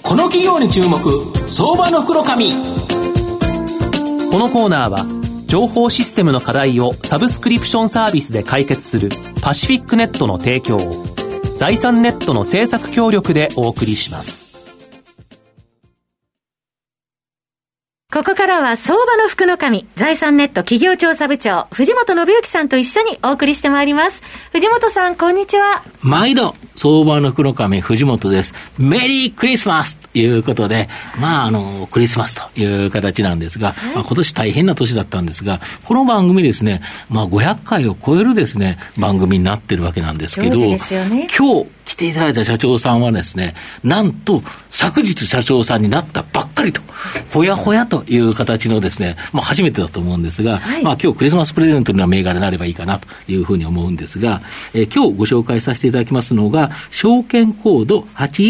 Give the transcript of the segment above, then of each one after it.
この企業に注目、相場の袋紙。 このコーナーは情報システムの課題をサブスクリプションサービスで解決するパシフィックネットの提供を財産ネットの制作協力でお送りします。 ここからは相場の福の神、財産ネット企業調査部長藤本信之さんと一緒にお送りしてまいります。藤本さん、こんにちは。 毎度相場の福の神藤本です。メリークリスマスということで、クリスマスという形なんですが、今年大変な年だったんですが、この番組ですね、500回を超えるですね番組になってるわけなんですけど、 ですよね、 今日来ていただいた社長さんはですね、なんと昨日社長さんになったばっかりと、ほやほやという形のですね、初めてだと思うんですが、今日クリスマスプレゼントの銘柄になればいいかなというふうに思うんですが、今日ご紹介させていただきますのが、証券コード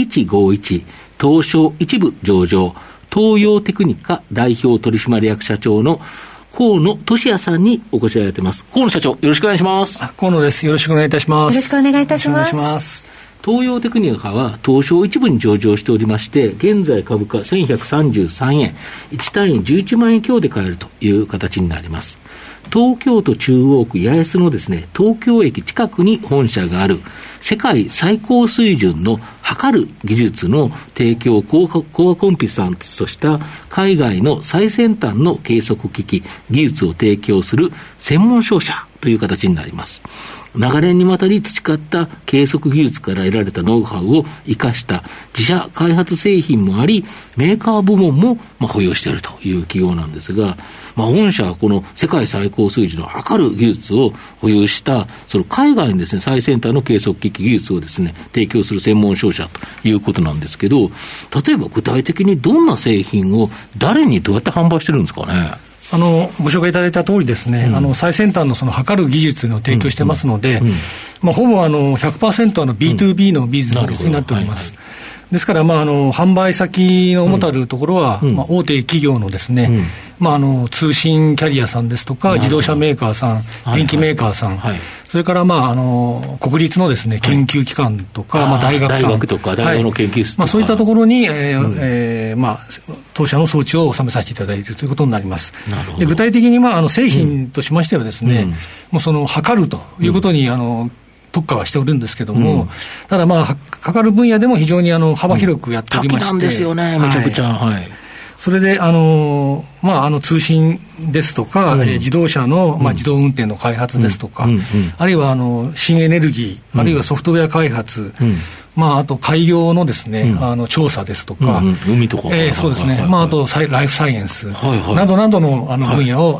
8151、東証一部上場、東洋テクニカ代表取締役社長の河野俊也さんにお越しいただいています。河野社長、よろしくお願いします。 河野です。よろしくお願いいたします。 よろしくお願いいたします。 東洋テクニカは東証一部に上場しておりまして、現在株価1133円、1単位11万円強で買えるという形になります。東京都中央区八重洲のですね、東京駅近くに本社がある、世界最高水準の測る技術の提供コアコンピタンスとした海外の最先端の計測機器技術を提供する専門商社という形になります。長年にわたり培った計測技術から得られたノウハウを生かした自社開発製品もあり、メーカー部門も保有しているという企業なんですが、御社はこの世界最高水準の測る技術を保有したその海外にですね、最先端の計測機器技術をですね提供する専門商社ということなんですけど、例えば具体的にどんな製品を誰にどうやって販売してるんですかね。 ご紹介いただいた通りですね、最先端のその測る技術というのを提供してますので、ほぼ100% B2B のビジネスになっております。ですから、販売先の主たるところは、大手企業のですね、通信キャリアさんですとか、自動車メーカーさん、電機メーカーさん、それから、国立のですね、研究機関とか、大学さん、 大学とか大学の研究室とか、 そういったところに、当社の装置を収めさせていただいているということになります。で、具体的に、製品としましてはですね、もうその測るということに、特化はしておるんですけども、ただ測る分野でも非常に幅広くやっておりまして、 多岐なんですよね、めちゃくちゃ。 それで通信ですとか、自動車の、自動運転の開発ですとか、あるいは新エネルギー、あるいはソフトウェア開発、あと海洋のですね、調査ですとか、 海とか、 そうですね、あとライフサイエンスなどなどの分野を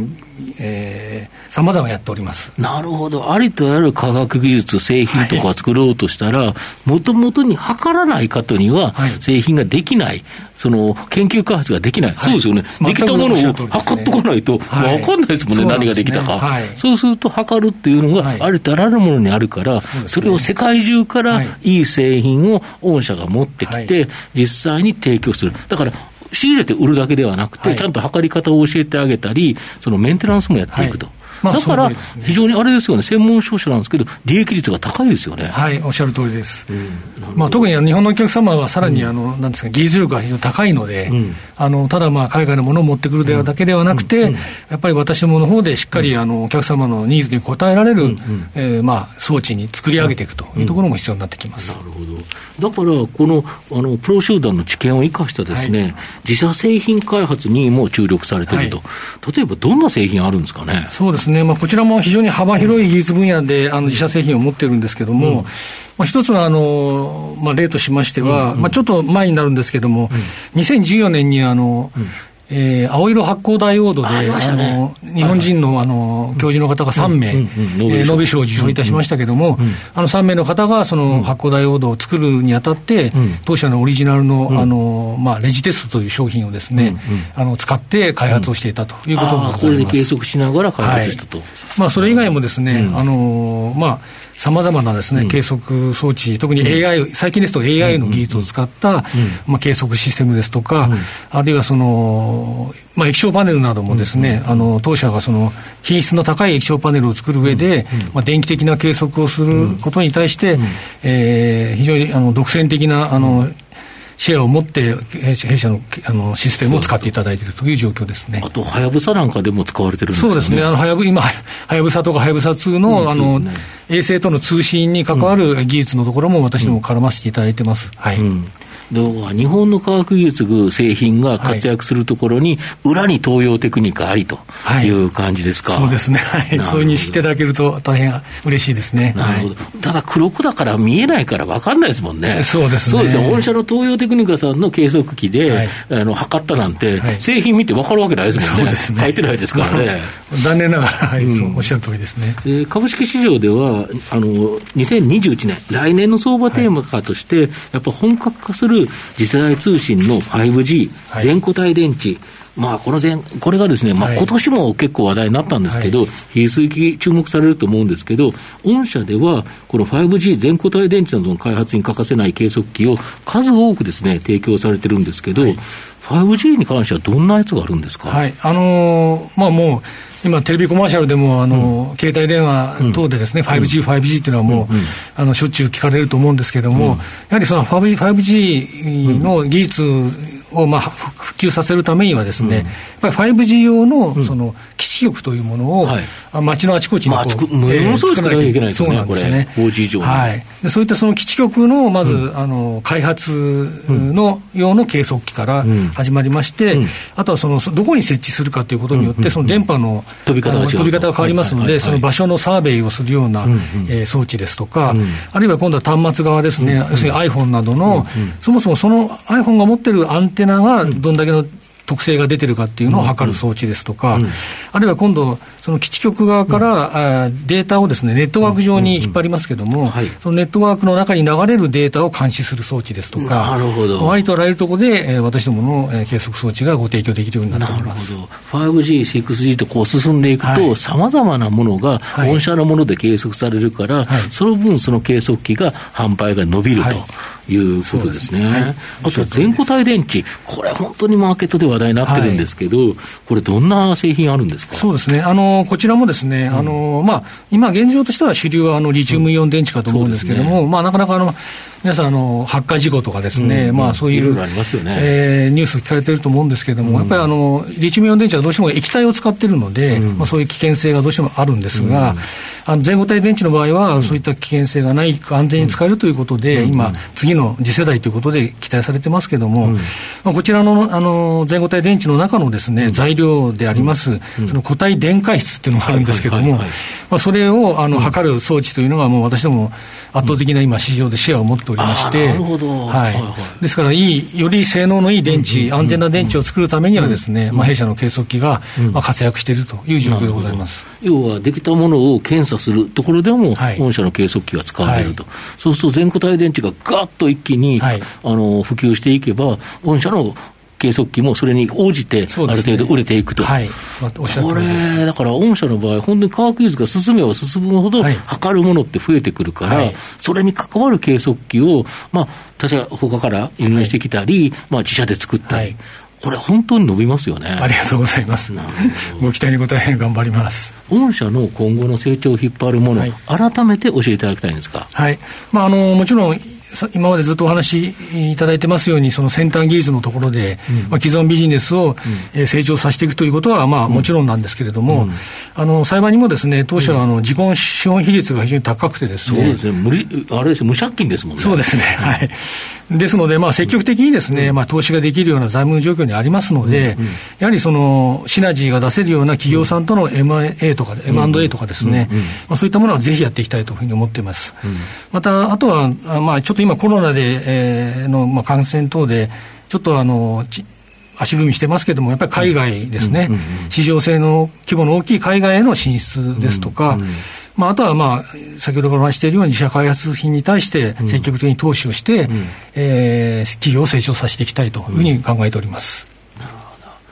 様々やっております。 なるほど。ありとある科学技術、製品とか作ろうとしたら、もともとに測らない方には製品ができない、その研究開発ができない、そうですよね。できたものを測っとかないと分かんないですもんね、何ができたか。そうすると測るっていうのがありとあらゆるものにあるから、それを世界中からいい製品を御社が持ってきて、実際に提供する。だから仕入れて売るだけではなくて、ちゃんと測り方を教えてあげたり、そのメンテナンスもやっていくと。だから非常にあれですよね、専門商社なんですけど利益率が高いですよね。 はい、おっしゃる通りです。特に日本のお客様はさらになんですか、技術力が非常に高いので、ただ海外のものを持ってくるだけではなくて、やっぱり私どもの方でしっかりお客様のニーズに応えられる装置に作り上げていくというところも必要になってきます。 なるほど。だからこのプロ集団の知見を生かしたですね、自社製品開発にも注力されていると。例えばどんな製品あるんですかね。 そうですね、こちらも非常に幅広い技術分野で自社製品を持っているんですけども、一つの例としましては、ちょっと前になるんですけども、2014年に青色発光ダイオードで、日本人の教授の方が3名、ノーベル賞を受賞いたしましたけども、3名の方がその発光ダイオードを作るにあたって、当社のオリジナルの、レジテストという商品をですね、使って開発をしていたということがございます。 これで計測しながら開発したと。 それ以外もですね、さまざまなですね、計測装置、特に AI、最近ですと AI の技術を使った、計測システムですとか、あるいはその、液晶パネルなどもですね、当社がその品質の高い液晶パネルを作る上で、電気的な計測をすることに対して、非常に独占的なシェアを持って弊社のシステムを使っていただいているという状況ですね。 あとはやぶさなんかでも使われてるんですよね。そうですね。 今はやぶさとかはやぶさ2の、衛星との通信に関わる技術のところも私ども絡ませていただいてます。はい。 で日本の科学技術製品が活躍するところに、裏に東洋テクニカありという感じですか。 そうですね。そういう認識いただけると大変嬉しいですね。 なるほど。ただ黒くだから見えないから分かんないですもんね。 そうですね。 そうですよ。御社の東洋テクニカさんの計測器で、測ったなんて、製品見て分かるわけないですもんね。そうですね。書いてないですからね。 残念ながら、そうおっしゃる通りですね。 株式市場では2021年来年の相場テーマとして、やっぱ本格化する次世代通信の 5G、全固体電池、これがですね、今年も結構話題になったんですけど、引き続き注目されると思うんですけど、御社ではこの 5G 全固体電池などの開発に欠かせない計測器を数多くですね提供されてるんですけど、5G に関してはどんなやつがあるんですか。 もう今テレビコマーシャルでも携帯電話等でですね、5G っていうのはもう、しょっちゅう聞かれると思うんですけれども、やはりその 5G の技術を普及させるためにはですね、やっぱり 5G 用のその基地局というものを街のあちこちにものすごい作らなきゃいけないですよね。 そうなんですね。 5G 以上でそういったその基地局のまず開発の用の計測器から始まりまして、あとはそのどこに設置するかということによってその電波の飛び方が変わりますので、その場所のサーベイをするような装置ですとか、あるいは今度は端末側ですね、要するに iPhone などの、そもそもその iPhone が持っているアンテナがどんだけの特性が出てるかっていうのを測る装置ですとか、あるいは今度その基地局側からデータをですねネットワーク上に引っ張りますけども、そのネットワークの中に流れるデータを監視する装置ですとか、割とあらゆるところで私どもの計測装置がご提供できるようになっております。 なるほど。 5G、6G とこう進んでいくとさまざまなものが御社のもので計測されるから、その分その計測器が販売が伸びるということですね。あと全固体電池、これ本当にマーケットで話題になってるんですけど、これどんな製品あるんですか。 そうですね。こちらもですね、今現状としては主流はリチウムイオン電池かと思うんですけれども、なかなか皆さん発火事故とかですね、そういうニュース聞かれてると思うんですけれども、やっぱりリチウムイオン電池はどうしても液体を使っているので、そういう危険性がどうしてもあるんですが、全固体電池の場合はそういった危険性がないく安全に使えるということで、今次の次世代ということで期待されてますけども、こちらの全固体電池の中のですね材料であります、その固体電解質っていうのがあるんですけども、それを測る装置というのがもう私ども圧倒的な今市場でシェアを持っておりまして、ですからより性能のいい電池、安全な電池を作るためにはですね、弊社の計測器が活躍しているという状況でございます。 要はできたものを検査するところでも御社の計測器が使われると、そうすると全固体電池がガッと一気に、普及していけば御社の計測器もそれに応じてある程度売れていくと、これだから御社の場合本当に科学技術が進めば進むほど測るものって増えてくるから、それに関わる計測器を他から輸入してきたり、自社で作ったり、これ本当に伸びますよね。 ありがとうございます。ご期待に応える頑張ります。 御社の今後の成長を引っ張るもの、改めて教えていただきたいんですか。 もちろん今までずっとお話しいただいてますように、その先端技術のところで、既存ビジネスを成長させていくということはもちろんなんですけれども、幸いにもですね、当社は自己資本比率が非常に高くてですね、 そうですね、あれですよ、無借金ですもんね。 そうですね、ですので、積極的にですね、投資ができるような財務状況にありますので、やはりそのシナジーが出せるような企業さんとの M&A とかですね、そういったものはぜひやっていきたいというふうに思っています。またあとはちょっと今コロナで、の感染等でちょっと足踏みしてますけれども、やっぱり海外ですね、市場性の規模の大きい海外への進出ですとか、あとは先ほどからお話しているように自社開発品に対して積極的に投資をして、企業を成長させていきたいというふうに考えております。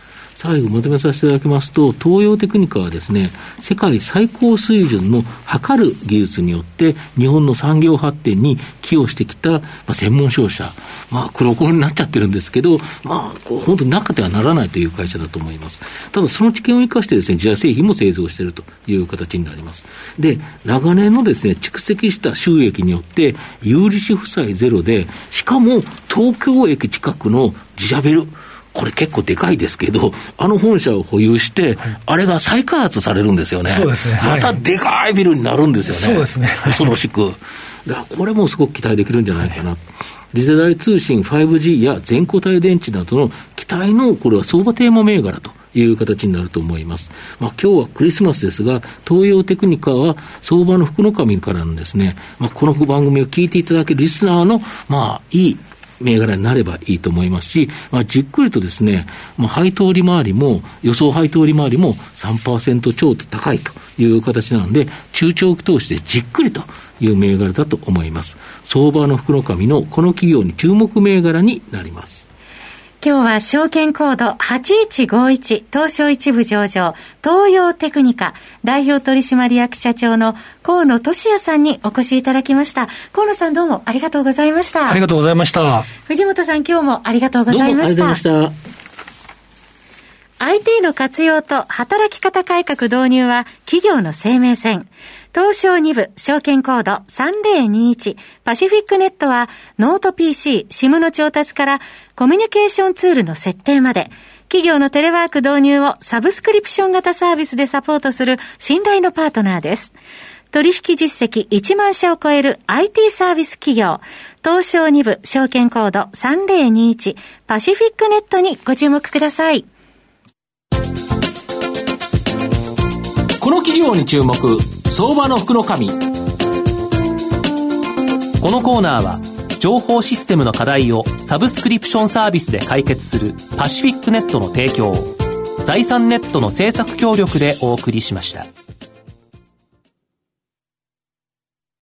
最後まとめさせていただきますと、東洋テクニカはですね、世界最高水準の測る技術によって日本の産業発展に寄与してきた、専門商社、黒子になっちゃってるんですけど、本当になかってはならないという会社だと思います。ただその知見を生かしてですね、自社製品も製造しているという形になります。で、長年のですね、蓄積した収益によって有利子負債ゼロで、しかも東京駅近くの自社ビル、これ結構でかいですけど、本社を保有して、あれが再開発されるんですよね。 そうですね。 またでかいビルになるんですよね。 そうですね。 恐ろしく。だからこれもすごく期待できるんじゃないかな。次世代通信 5G や全固体電池などの期待の、これは相場テーマ銘柄という形になると思います。今日はクリスマスですが、東洋テクニカは相場の福の神からのですね、この番組を聞いていただけるリスナーの、いい銘柄になればいいと思いますし、じっくりとですね、配当利回りも、予想配当利回りも 3% 超と高いという形なので、中長期投資でじっくりという銘柄だと思います。相場の福の神のこの企業に注目銘柄になります。 今日は証券コード8151東証一部上場東洋テクニカ代表取締役社長の河野俊也さんにお越しいただきました。河野さんどうもありがとうございました。 ありがとうございました。 藤本さん今日もありがとうございました。 どうもありがとうございました。 IT の活用と働き方改革導入は企業の生命線。東証2部証券コード3021パシフィックネットはノート PC、SIM の調達からコミュニケーションツールの設定まで企業のテレワーク導入をサブスクリプション型サービスでサポートする信頼のパートナーです。取引実績1万社を超える IT サービス企業東証2部証券コード3021パシフィックネットにご注目ください。 この企業に注目、相場の福の神。 このコーナーは情報システムの課題をサブスクリプションサービスで解決するパシフィックネットの提供を財産ネットの制作協力でお送りしました。